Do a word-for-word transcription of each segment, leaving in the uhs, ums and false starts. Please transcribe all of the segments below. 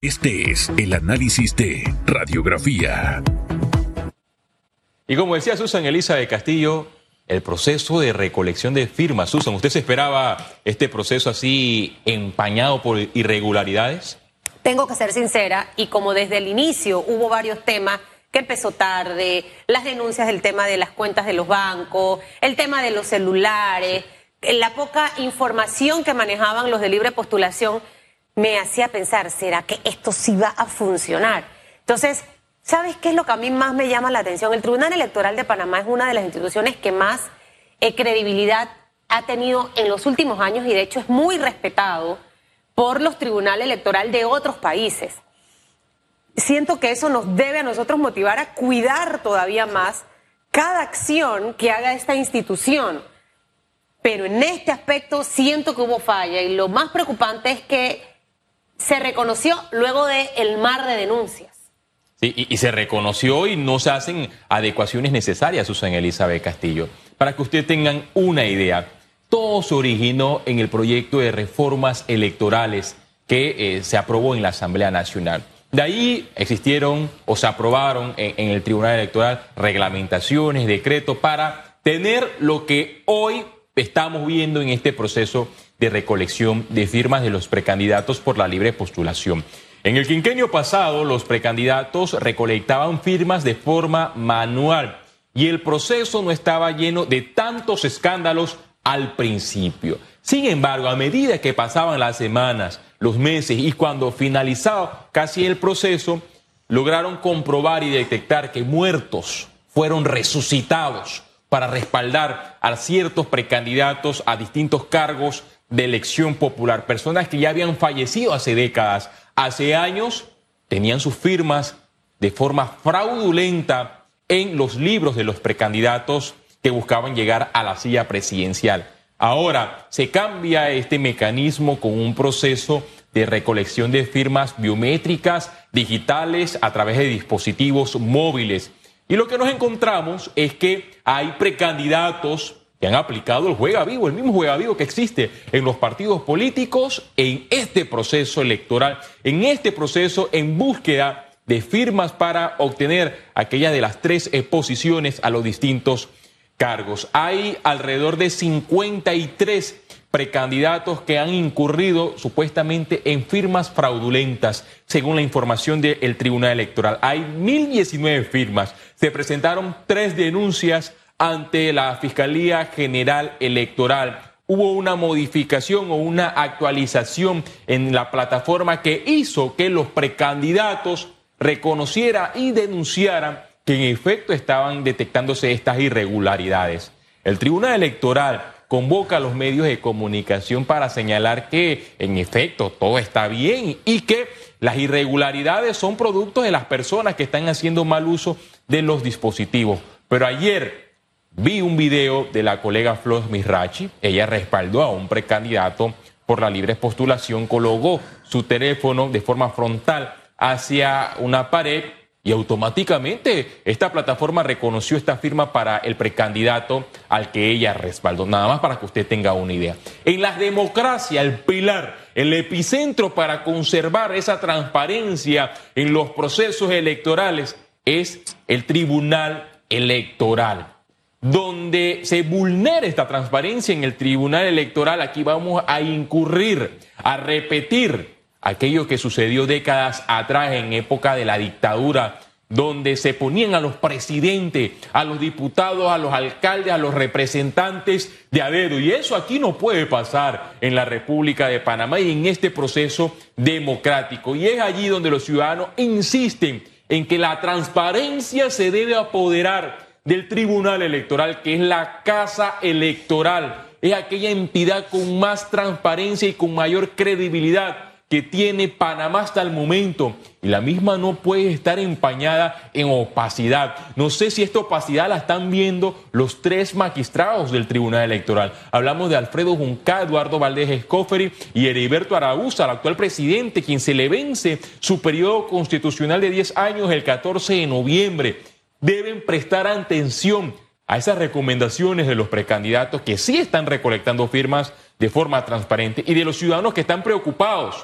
Este es el análisis de Radiografía. Y como decía Susan Elizabeth Castillo, el proceso de recolección de firmas. Susan, ¿usted se esperaba este proceso así empañado por irregularidades? Tengo que ser sincera, y como desde el inicio hubo varios temas que empezó tarde, las denuncias del tema de las cuentas de los bancos, el tema de los celulares, la poca información que manejaban los de libre postulación, me hacía pensar, ¿será que esto sí va a funcionar? Entonces, ¿sabes qué es lo que a mí más me llama la atención? El Tribunal Electoral de Panamá es una de las instituciones que más eh, credibilidad ha tenido en los últimos años y de hecho es muy respetado por los tribunales electorales de otros países. Siento que eso nos debe a nosotros motivar a cuidar todavía más cada acción que haga esta institución. Pero en este aspecto siento que hubo falla y lo más preocupante es que se reconoció luego del mar de denuncias. Sí, y, y se reconoció y no se hacen adecuaciones necesarias, Susan Elizabeth Castillo. Para que ustedes tengan una idea, todo se originó en el proyecto de reformas electorales que eh, se aprobó en la Asamblea Nacional. De ahí existieron o se aprobaron en, en el Tribunal Electoral reglamentaciones, decretos para tener lo que hoy estamos viendo en este proceso de recolección de firmas de los precandidatos por la libre postulación. En el quinquenio pasado, los precandidatos recolectaban firmas de forma manual y el proceso no estaba lleno de tantos escándalos al principio. Sin embargo, a medida que pasaban las semanas, los meses y cuando finalizaba casi el proceso, lograron comprobar y detectar que muertos fueron resucitados para respaldar a ciertos precandidatos a distintos cargos de elección popular. Personas que ya habían fallecido hace décadas, hace años, tenían sus firmas de forma fraudulenta en los libros de los precandidatos que buscaban llegar a la silla presidencial. Ahora se cambia este mecanismo con un proceso de recolección de firmas biométricas digitales a través de dispositivos móviles. Y lo que nos encontramos es que hay precandidatos que han aplicado el juega vivo, el mismo juega vivo que existe en los partidos políticos en este proceso electoral, en este proceso en búsqueda de firmas para obtener aquellas de las tres posiciones a los distintos cargos. Hay alrededor de cincuenta y tres precandidatos que han incurrido supuestamente en firmas fraudulentas, según la información del Tribunal Electoral. Hay mil diecinueve firmas. Se presentaron tres denuncias ante la Fiscalía General Electoral. Hubo una modificación o una actualización en la plataforma que hizo que los precandidatos reconocieran y denunciaran que en efecto estaban detectándose estas irregularidades. El Tribunal Electoral convoca a los medios de comunicación para señalar que en efecto todo está bien y que las irregularidades son productos de las personas que están haciendo mal uso de los dispositivos. Pero ayer vi un video de la colega Flor Mirachi. Ella respaldó a un precandidato por la libre postulación, colocó su teléfono de forma frontal hacia una pared y automáticamente esta plataforma reconoció esta firma para el precandidato al que ella respaldó. Nada más para que usted tenga una idea. En la democracia, el pilar, el epicentro para conservar esa transparencia en los procesos electorales es el Tribunal Electoral. Donde se vulnera esta transparencia en el Tribunal Electoral, aquí vamos a incurrir, a repetir aquello que sucedió décadas atrás en época de la dictadura, donde se ponían a los presidentes, a los diputados, a los alcaldes, a los representantes de a dedo. Y eso aquí no puede pasar en la República de Panamá y en este proceso democrático. Y es allí donde los ciudadanos insisten en que la transparencia se debe apoderar del Tribunal Electoral, que es la casa electoral, es aquella entidad con más transparencia y con mayor credibilidad que tiene Panamá hasta el momento, y la misma no puede estar empañada en opacidad. No sé si esta opacidad la están viendo los tres magistrados del Tribunal Electoral. Hablamos de Alfredo Juncal, Eduardo Valdés Escoferi y Heriberto Araúza, el actual presidente, quien se le vence su periodo constitucional de diez años el catorce de noviembre. Deben prestar atención a esas recomendaciones de los precandidatos que sí están recolectando firmas de forma transparente y de los ciudadanos que están preocupados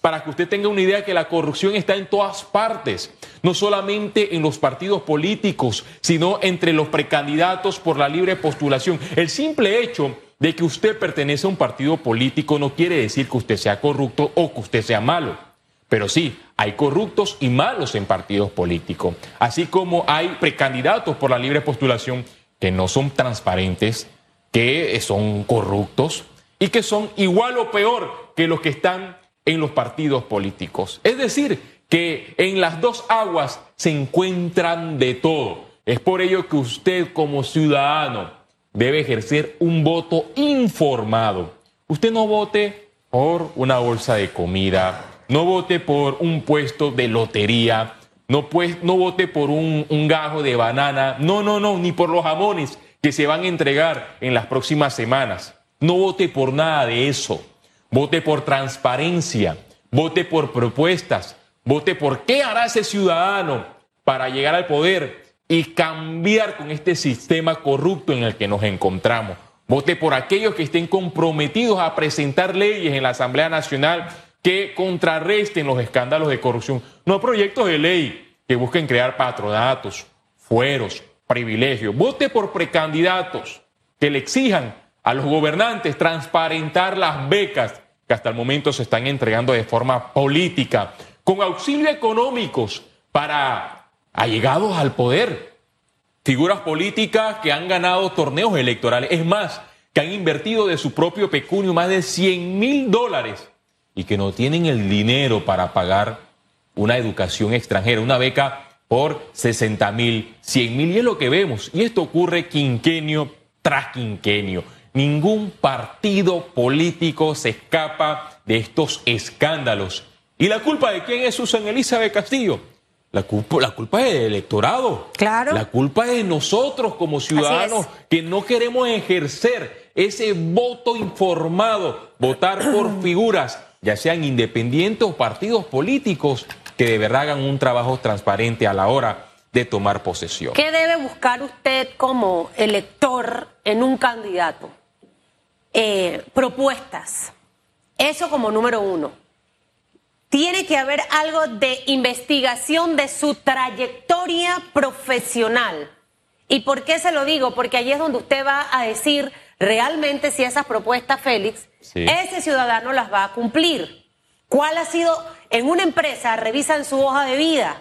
para que usted tenga una idea que la corrupción está en todas partes, no solamente en los partidos políticos, sino entre los precandidatos por la libre postulación. El simple hecho de que usted pertenece a un partido político no quiere decir que usted sea corrupto o que usted sea malo. Pero sí, hay corruptos y malos en partidos políticos, así como hay precandidatos por la libre postulación que no son transparentes, que son corruptos y que son igual o peor que los que están en los partidos políticos. Es decir, que en las dos aguas se encuentran de todo. Es por ello que usted como ciudadano debe ejercer un voto informado. Usted no vote por una bolsa de comida, no vote por un puesto de lotería, no, pues, no vote por un, un gajo de banana, no, no, no, ni por los jamones que se van a entregar en las próximas semanas. No vote por nada de eso. Vote por transparencia, vote por propuestas, vote por qué hará ese ciudadano para llegar al poder y cambiar con este sistema corrupto en el que nos encontramos. Vote por aquellos que estén comprometidos a presentar leyes en la Asamblea Nacional que contrarresten los escándalos de corrupción. No proyectos de ley que busquen crear patronatos, fueros, privilegios. Vote por precandidatos que le exijan a los gobernantes transparentar las becas que hasta el momento se están entregando de forma política, con auxilio económicos para allegados al poder. Figuras políticas que han ganado torneos electorales, es más, que han invertido de su propio pecunio más de cien mil dólares y que no tienen el dinero para pagar una educación extranjera, una beca por sesenta mil, cien mil, y es lo que vemos. Y esto ocurre quinquenio tras quinquenio. Ningún partido político se escapa de estos escándalos. ¿Y la culpa de quién es Susan Elizabeth Castillo? La culpa, la culpa es del electorado. Claro. La culpa es de nosotros como ciudadanos que no queremos ejercer ese voto informado, votar por figuras, ya sean independientes o partidos políticos, que de verdad hagan un trabajo transparente a la hora de tomar posesión. ¿Qué debe buscar usted como elector en un candidato? Eh, propuestas. Eso como número uno. Tiene que haber algo de investigación de su trayectoria profesional. ¿Y por qué se lo digo? Porque allí es donde usted va a decir realmente si esas propuestas, Félix, sí, ese ciudadano las va a cumplir. ¿Cuál ha sido? En una empresa revisan su hoja de vida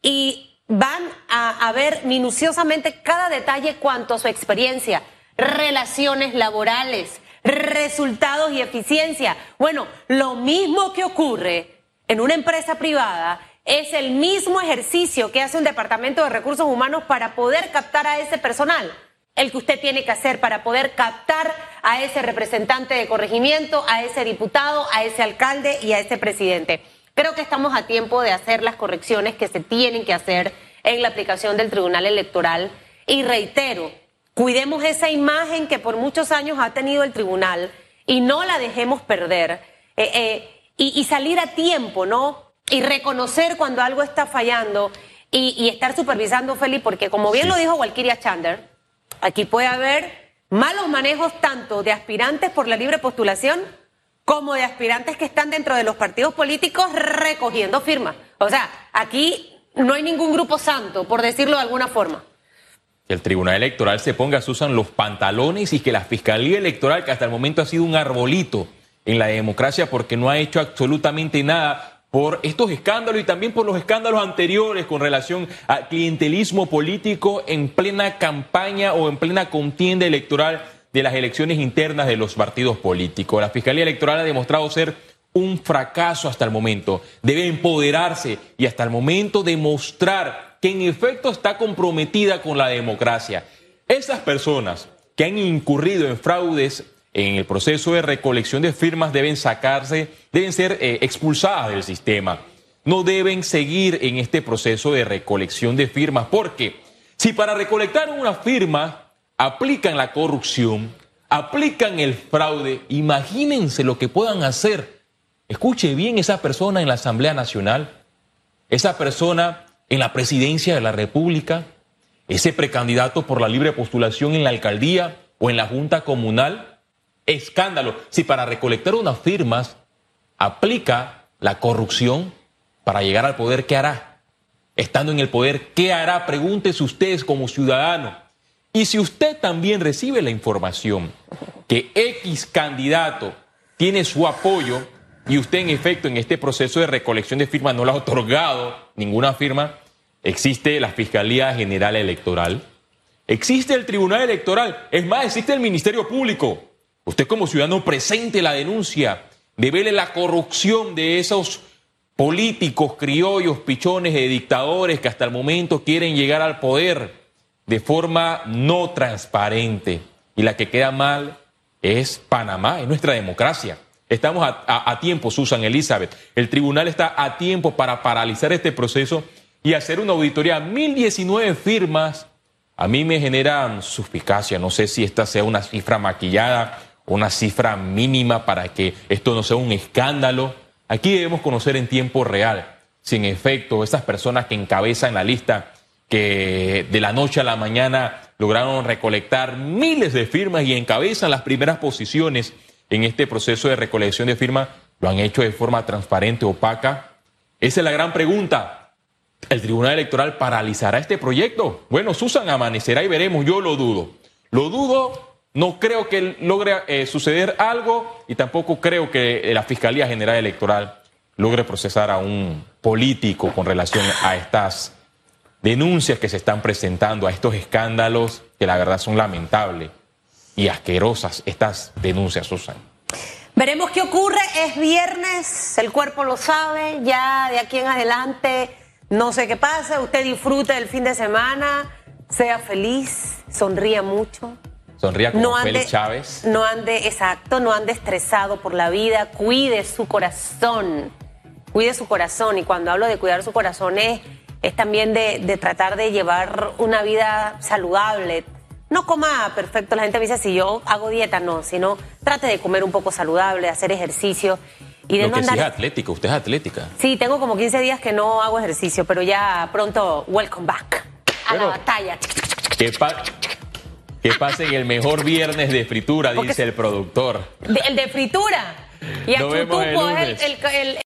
y van a, a ver minuciosamente cada detalle cuanto a su experiencia, relaciones laborales, resultados y eficiencia. Bueno, lo mismo que ocurre en una empresa privada es el mismo ejercicio que hace un departamento de recursos humanos para poder captar a ese personal, el que usted tiene que hacer para poder captar a ese representante de corregimiento, a ese diputado, a ese alcalde y a ese presidente. Creo que estamos a tiempo de hacer las correcciones que se tienen que hacer en la aplicación del Tribunal Electoral y reitero, cuidemos esa imagen que por muchos años ha tenido el tribunal y no la dejemos perder. Eh, eh, y, y salir a tiempo, ¿no? Y reconocer cuando algo está fallando y, y estar supervisando, Félix, porque como bien sí. lo dijo Walkiria Chander, aquí puede haber malos manejos tanto de aspirantes por la libre postulación como de aspirantes que están dentro de los partidos políticos recogiendo firmas. O sea, aquí no hay ningún grupo santo, por decirlo de alguna forma. Que el Tribunal Electoral se ponga, Susan, los pantalones y que la Fiscalía Electoral, que hasta el momento ha sido un arbolito en la democracia porque no ha hecho absolutamente nada por estos escándalos y también por los escándalos anteriores con relación a clientelismo político en plena campaña o en plena contienda electoral de las elecciones internas de los partidos políticos. La Fiscalía Electoral ha demostrado ser un fracaso hasta el momento. Debe empoderarse y hasta el momento demostrar que en efecto está comprometida con la democracia. Esas personas que han incurrido en fraudes en el proceso de recolección de firmas deben sacarse, deben ser eh, expulsadas del sistema. No deben seguir en este proceso de recolección de firmas, porque si para recolectar una firma aplican la corrupción, aplican el fraude, imagínense lo que puedan hacer. Escuche bien, esa persona en la Asamblea Nacional, esa persona en la Presidencia de la República, ese precandidato por la libre postulación en la alcaldía o en la Junta Comunal. Escándalo. Si para recolectar unas firmas aplica la corrupción para llegar al poder, ¿qué hará? Estando en el poder, ¿qué hará? Pregúntese usted como ciudadano. Y si usted también recibe la información que X candidato tiene su apoyo y usted en efecto en este proceso de recolección de firmas no le ha otorgado ninguna firma, existe la Fiscalía General Electoral, existe el Tribunal Electoral, es más, existe el Ministerio Público. Usted como ciudadano presente la denuncia, devele la corrupción de esos políticos, criollos, pichones de dictadores que hasta el momento quieren llegar al poder de forma no transparente. Y la que queda mal es Panamá, es nuestra democracia. Estamos a, a, a tiempo, Susan Elizabeth. El tribunal está a tiempo para paralizar este proceso y hacer una auditoría. mil diecinueve firmas a mí me generan suspicacia. No sé si esta sea una cifra maquillada, una cifra mínima para que esto no sea un escándalo. Aquí debemos conocer en tiempo real si en efecto esas personas que encabezan la lista, que de la noche a la mañana lograron recolectar miles de firmas y encabezan las primeras posiciones en este proceso de recolección de firmas, lo han hecho de forma transparente, opaca. Esa es la gran pregunta. ¿El Tribunal Electoral paralizará este proyecto? Bueno, Susan, amanecerá y veremos. Yo lo dudo. Lo dudo, no creo que logre eh, suceder algo y tampoco creo que la Fiscalía General Electoral logre procesar a un político con relación a estas denuncias que se están presentando, a estos escándalos que la verdad son lamentables y asquerosas estas denuncias, Susan. Veremos qué ocurre. Es viernes, el cuerpo lo sabe, ya de aquí en adelante no sé qué pasa. Usted disfrute del fin de semana, sea feliz, sonría mucho. Sonría como no ande, Félix Chávez. No ande, exacto, no ande estresado por la vida, cuide su corazón, cuide su corazón. Y cuando hablo de cuidar su corazón es... es también de, de tratar de llevar una vida saludable. No coma perfecto, la gente me dice, si yo hago dieta, no, sino trate de comer un poco saludable, hacer ejercicio. Y de Lo no que andar... sí es atlética, usted es atlética. Sí, tengo como quince días que no hago ejercicio, pero ya pronto, welcome back a Bueno, la batalla. Que, pa que pasen el mejor viernes de fritura, Porque dice el productor. De, el de fritura. Y a Nos vemos el Chutupo es lunes. el... el, el